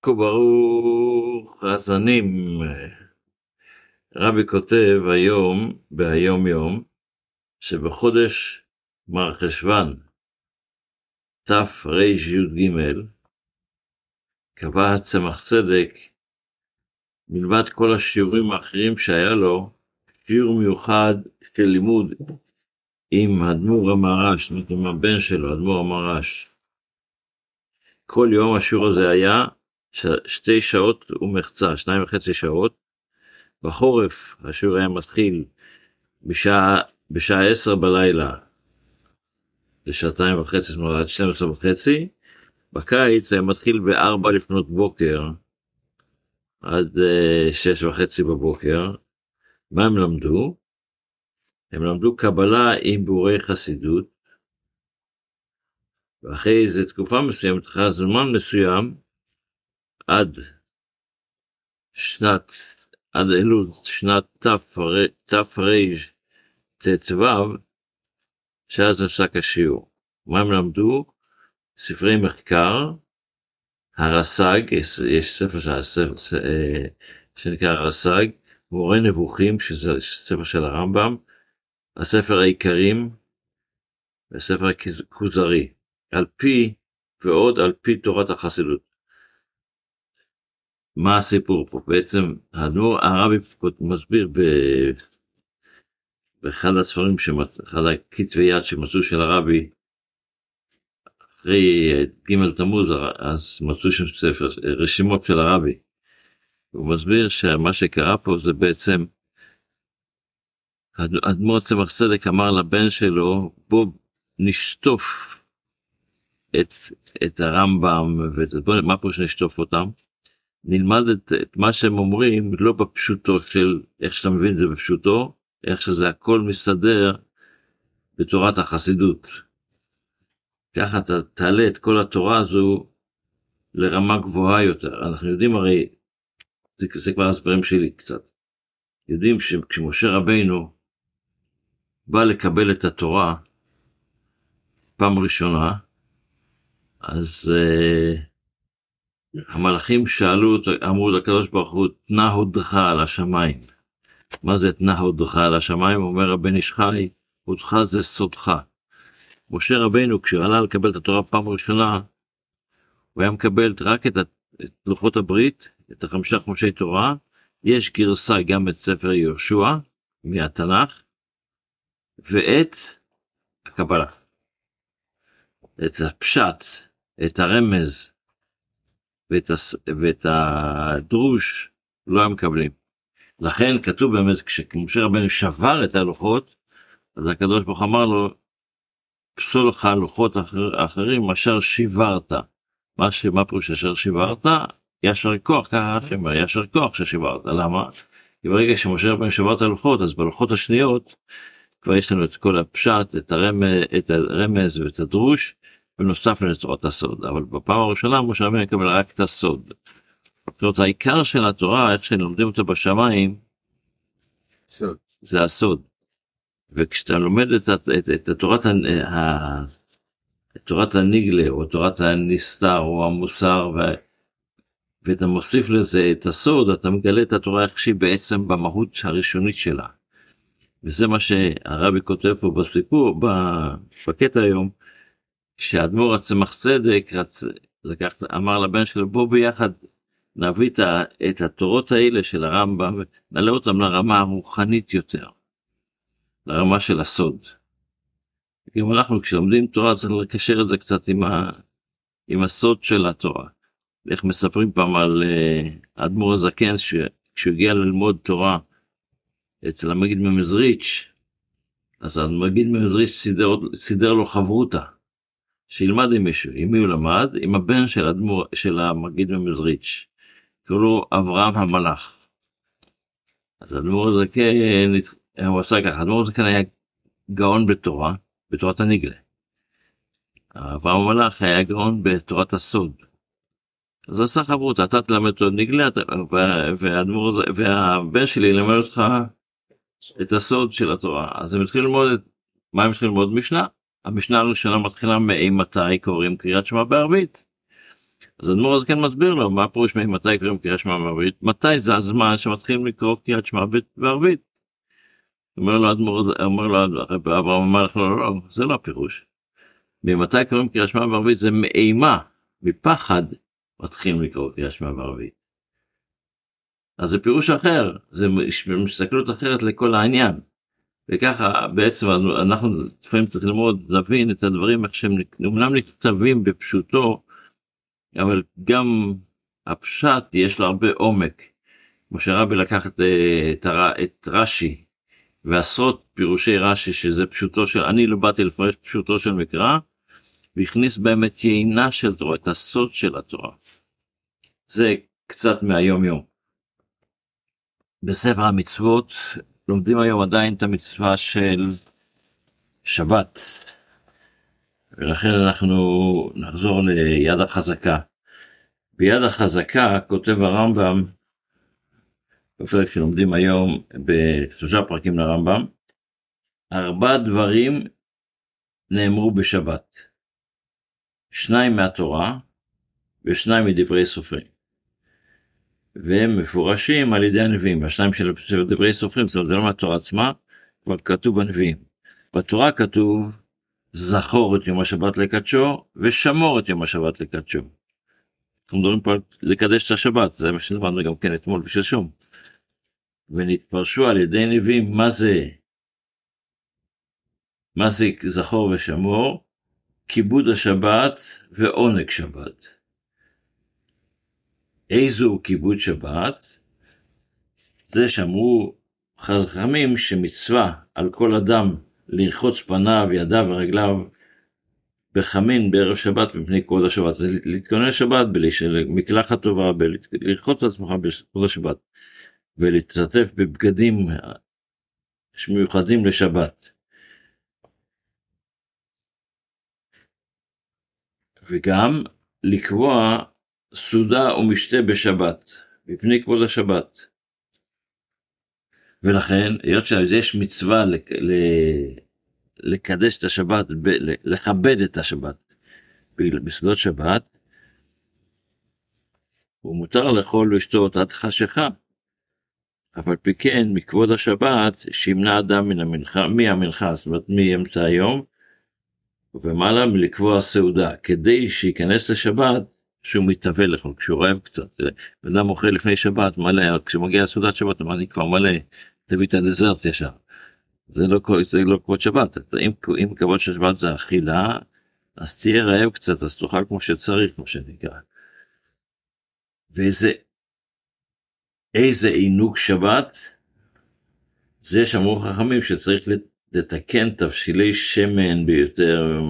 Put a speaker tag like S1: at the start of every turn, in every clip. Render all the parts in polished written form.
S1: כה ברוך האזנים. רבי כותב היום, בהיום יום, שבחודש מרחשוון, תרי"ג, קבע הצמח צדק, מלבד כל השיעורים האחרים שהיה לו, שיעור מיוחד של לימוד עם אדמו"ר המהר"ש, עם הבן שלו, אדמו"ר המהר"ש. כל יום השיעור הזה היה 2 שעות ומחצה, 2.5 שעות. בחורף השיעור היה מתחיל בשעה 10 בלילה, ל2.5 שעות, זאת אומרת 12.5. בקיץ היה מתחיל ב4 לפנות בוקר, עד 6:30 בבוקר. מה הם למדו? הם למדו קבלה עם ביאורי חסידות, ואחרי איזו תקופה מסוימת, אחרי זמן מסוים, עד אלול, שנת תר"ט"ו, שאז נפסק השיעור. מה הם למדו? ספרי מחקר, הרס"ג, יש ספר שנקרא הרס"ג, מורה נבוכים, שזה ספר של הרמב"ם, הספר העיקרים, והספר הכוזרי, על פי תורת החסידות. מה הסיפור פה? בעצם הרבי מסביר באחד הספרים, אחד הכתבי יד שמצאו של הרבי, אחרי ג' תמוז, אז מצאו שם ספר, רשימות של הרבי. הוא מסביר שמה שקרה פה זה בעצם, אדמו"ר צמח צדק אמר לבן שלו, בוא נשטוף את הרמב"ם, מה פה שנשטוף אותם? נלמד את מה שהם אומרים, לא בפשוטו של איך שאתה מבין זה בפשוטו, איך שזה הכל מסתדר בתורת החסידות. ככה אתה תעלה את כל התורה הזו לרמה גבוהה יותר. אנחנו יודעים הרי, זה כבר הסברים שלי קצת. יודעים שכשמשה רבינו בא לקבל את התורה פעם ראשונה, אז המלאכים שאלו אותו, אמרו לקדוש ברוך הוא, תנה הודך על השמיים. מה זה תנה הודך על השמיים? אומר הבן איש חי, הודך זה סודך. משה רבינו כשהוא עלה לקבל את התורה פעם ראשונה, הוא היה מקבל רק את לוחות הברית, את 5 חומשי תורה. יש גרסה גם את ספר יהושע מהתנ"ך, ואת הקבלה, את הפשט, את הרמז ואת הדרוש לא הם מקבלים. לכן כתוב באמת, כשמשה רבנו שבר את הלוחות, אז הקדוש ברוך הוא אמר לו, פסול לך לוחות אחרים אשר שיברת. מה פירוש אשר שיברת? ישר כוח, ככה שאומר, ישר כוח ששיברת. למה? כי ברגע שמשה רבנו שבר את הלוחות, אז בלוחות השניות כבר יש לנו את כל הפשט, את הרמז ואת הדרוש, בנוסף לתורת הסוד. אבל בפעם הראשונה משה רבנו יקבל רק את הסוד. זאת אומרת, העיקר של התורה, איך שלומדים אותה בשמיים, זה הסוד. וכשאתה לומד את תורת הנגלה, או תורת הנסתר, או המוסר, ואתה מוסיף לזה את הסוד, אתה מגלה את התורה איך שהיא בעצם במהות הראשונית שלה. וזה מה שהרבי כותב פה בסיפור, בקטע היום, שהאדמו"ר הצמח צדק אמר לבן שלו, בוא ביחד נביא את התורות האלה של הרמב"ם, ונעלה אותם לרמה הרוחנית יותר, לרמה של הסוד. גם אנחנו כשלומדים תורה צריך לקשר את זה קצת עם הסוד של התורה. איך מספרים פעם על האדמו"ר הזקן, כשהוא הגיע ללמוד תורה אצל המגיד ממזריץ', אז המגיד ממזריץ' סידר לו חברותה, שילמד עם מישהו. עם מי הוא למד? עם הבן של המגיד ממזריץ', קראו לו אברהם המלאך. אז האדמו"ר הזקן, הוא עשה ככה, האדמו"ר הזקן היה גאון בתורת הנגלה. אברהם המלאך היה גאון בתורת הסוד. אז הוא עשה חברותה, אתה תלמד אותו נגלה, והבן שלי ילמד אותך את הסוד של התורה. אז הם התחילו ללמוד, מה הם התחילו ללמוד? משנה. המשנה הראשונה מתחילה מאימתי קוראים קריאת שמע בערבית. אז אדמו"ר הזקן מסביר לו מה פירוש מתי קוראים קריאת שמע בערבית, מתי זה הזמן שמתחילים לקרוא קריאת שמע בערבית. אומר לו הרב אברהם אמר לו לא, זה לא הפירוש. ממתי קוראים קריאת שמע בערבית זה מאימה, מפחד מתחילים לקרוא קריאת שמע בערבית. אז זה פירוש אחר, זה מסתכלות אחרת לכל העניין. וככה בעצם אנחנו לפעמים צריך ללמוד, להבין את הדברים איך שהם אומנם נכתבים בפשוטו, אבל גם הפשט יש לו הרבה עומק. כמו שרבי לקח את רש"י, ועשרות פירושי רש"י, שזה פשוטו של, אני לא באתי לפרש פשוטו של מקרא, והכניס בהם את יינה של תורה, את הסוד של התורה. זה קצת מהיום יום. בספר המצוות, לומדים היום עדיין את המצווה של שבת. ולכן אנחנו נחזור ליד החזקה. ביד החזקה כותב הרמב"ם, בפרק שלומדים היום בשלושה פרקים לרמב"ם, 4 דברים נאמרו בשבת. 2 מהתורה ו2 מדברי סופרים. והם מפורשים על ידי הנביאים. 2 של דברי סופרים, זאת אומרת, זה לא מהתורה עצמה, כבר כתוב בנביאים. בתורה כתוב, זכור את יום השבת לקדשו, ושמור את יום השבת לקדשו. אנחנו מדברים פה על לקדש את השבת, זה מה שנדברנו גם כן אתמול ושלשום. ונתפרשו על ידי נביאים, מה זה זכור ושמור? כיבוד השבת ועונג שבת. איזו כיבוד שבת? זה שאמרו חכמים שמצווה על כל אדם לרחוץ פניו, ידיו ורגליו בחמין בערב שבת מפני כבוד השבת. זה להתכונן לשבת, מקלחת טובה, לרחוץ לעצמך בכבוד השבת, ולהתשתף בבגדים שמיוחדים לשבת. וגם לקבוע סעודה ומשתה בשבת, מפני כבוד השבת. ולכן, היות שיש מצווה לקדש את השבת, לכבד את השבת, בסעודות שבת, הוא מותר לאכול ולשתות עד חשיכה. אבל פי כן, מכבוד השבת, שימנע אדם מהמנחה, זאת אומרת, מאמצע היום, ומעלה מלקבוע סעודה, כדי שיכנס לשבת, שהוא מתאבל לאכול, כשהוא רעב קצת. אדם אוכל לפני שבת מלא, כשמגיע סעודת שבת, אני כבר מלא, תביא את הדזרט ישר. זה לא כבוד שבת. אם כבוד שבת זה אכילה, אז תהיה רעב קצת, אז תאכל כמו שצריך, כמו שנקרא. איזה עינוג שבת, זה שאמרו חכמים שצריך לתקן תבשילי שמן ביותר,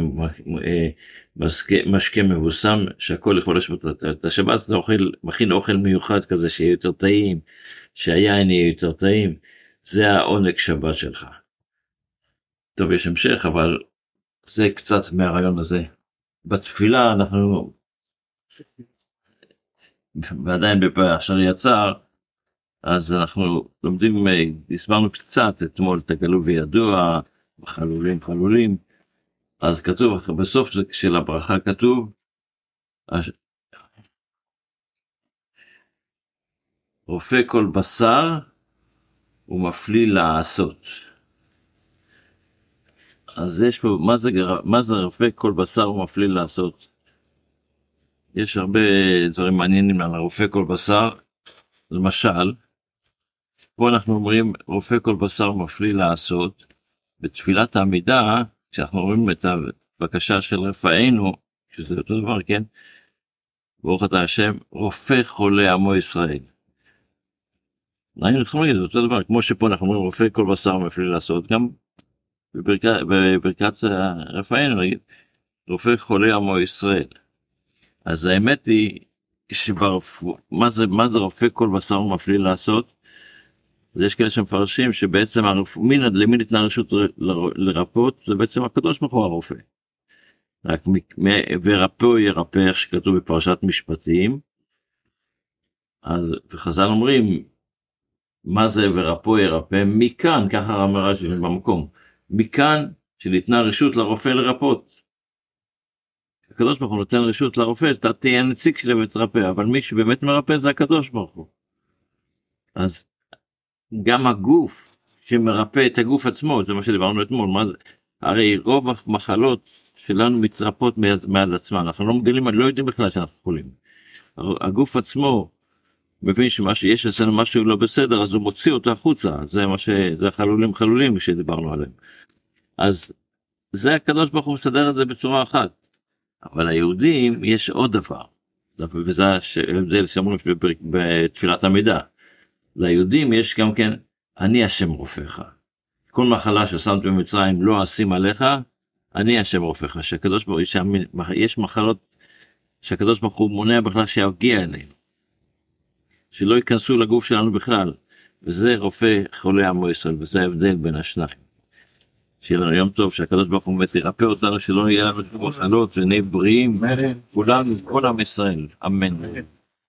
S1: ומשקה מבוסם, שהכל יכול לשבת. את השבת אתה מכין אוכל מיוחד כזה, שיהיה יותר טעים, שהיין יהיה יותר טעים, זה העונג שבת שלך. טוב, יש המשך, אבל זה קצת מהרעיון הזה. בתפילה אנחנו, ועדיין בפרשת יצר, אז אנחנו לומדים, הסברנו קצת אתמול את הגלוי וידוע, חלולים, אז כתוב, בסוף של הברכה כתוב, רופא כל בשר ומפליא לעשות. אז יש פה, מה זה רופא כל בשר ומפליא לעשות? יש הרבה דברים מעניינים על הרופא כל בשר, למשל, פה אנחנו אומרים רופא כל בשר ומפליא לעשות, בתפילת העמידה, כשאנחנו אומרים את הבקשה של רפאנו, שזה אותו דבר, כן? ברוך אתה השם, רופא חולה עמו ישראל. היינו צריכים להגיד, זה אותו דבר, כמו שפה אנחנו אומרים רופא כל בשר ומפליא לעשות, גם בברכת רפאנו, נגיד, רופא חולה עמו ישראל. אז האמת היא, מה זה רופא כל בשר ומפליא לעשות? אז יש כאלה שמפרשים שבעצם למי ניתנה רשות לרפות, זה בעצם הקדוש ברוך הוא הרופא. רק ורפאו ירפא, איך שכתוב בפרשת משפטים, וחז"ל אומרים, מה זה ורפאו ירפא? מכאן, ככה אמר רש"י במקום, מכאן שניתנה רשות לרופא לרפות. הקדוש ברוך הוא נותן רשות לרופא, אתה תהיה הנציג שלה ותרפא, אבל מי שבאמת מרפא זה הקדוש ברוך הוא. אז גם הגוף שמרפא את הגוף עצמו, זה מה שדיברנו אתמול, מה זה? הרי רוב המחלות שלנו מתרפאות מעד עצמן, אנחנו לא מגלים, לא יודעים בכלל שאנחנו חולים. הגוף עצמו מבין שיש אצלנו משהו לא בסדר, אז הוא מוציא אותו החוצה, זה החלולים שדיברנו עליהם. אז זה הקדוש ברוך הוא מסדר את זה בצורה אחת. אבל היהודים יש עוד דבר, וזה ההבדל שאמרו בתפילת עמידה. ליהודים יש גם כן, אני השם רופאך. כל מחלה ששמת במצרים לא אשים עליך, אני השם רופאך. שהקדוש ברוך הוא, יש מחלות שהקדוש ברוך הוא מונע בכלל שיגיע אלינו. שלא ייכנסו לגוף שלנו בכלל. וזה רופא חולי עמו ישראל, וזה ההבדל בין השניים. שיהיה לנו יום טוב, שהקדוש ברוך הוא באמת ירפא אותנו, שלא יהיה לנו מחלות ונהיה בריאים, כולנו, כל עם ישראל, אמן.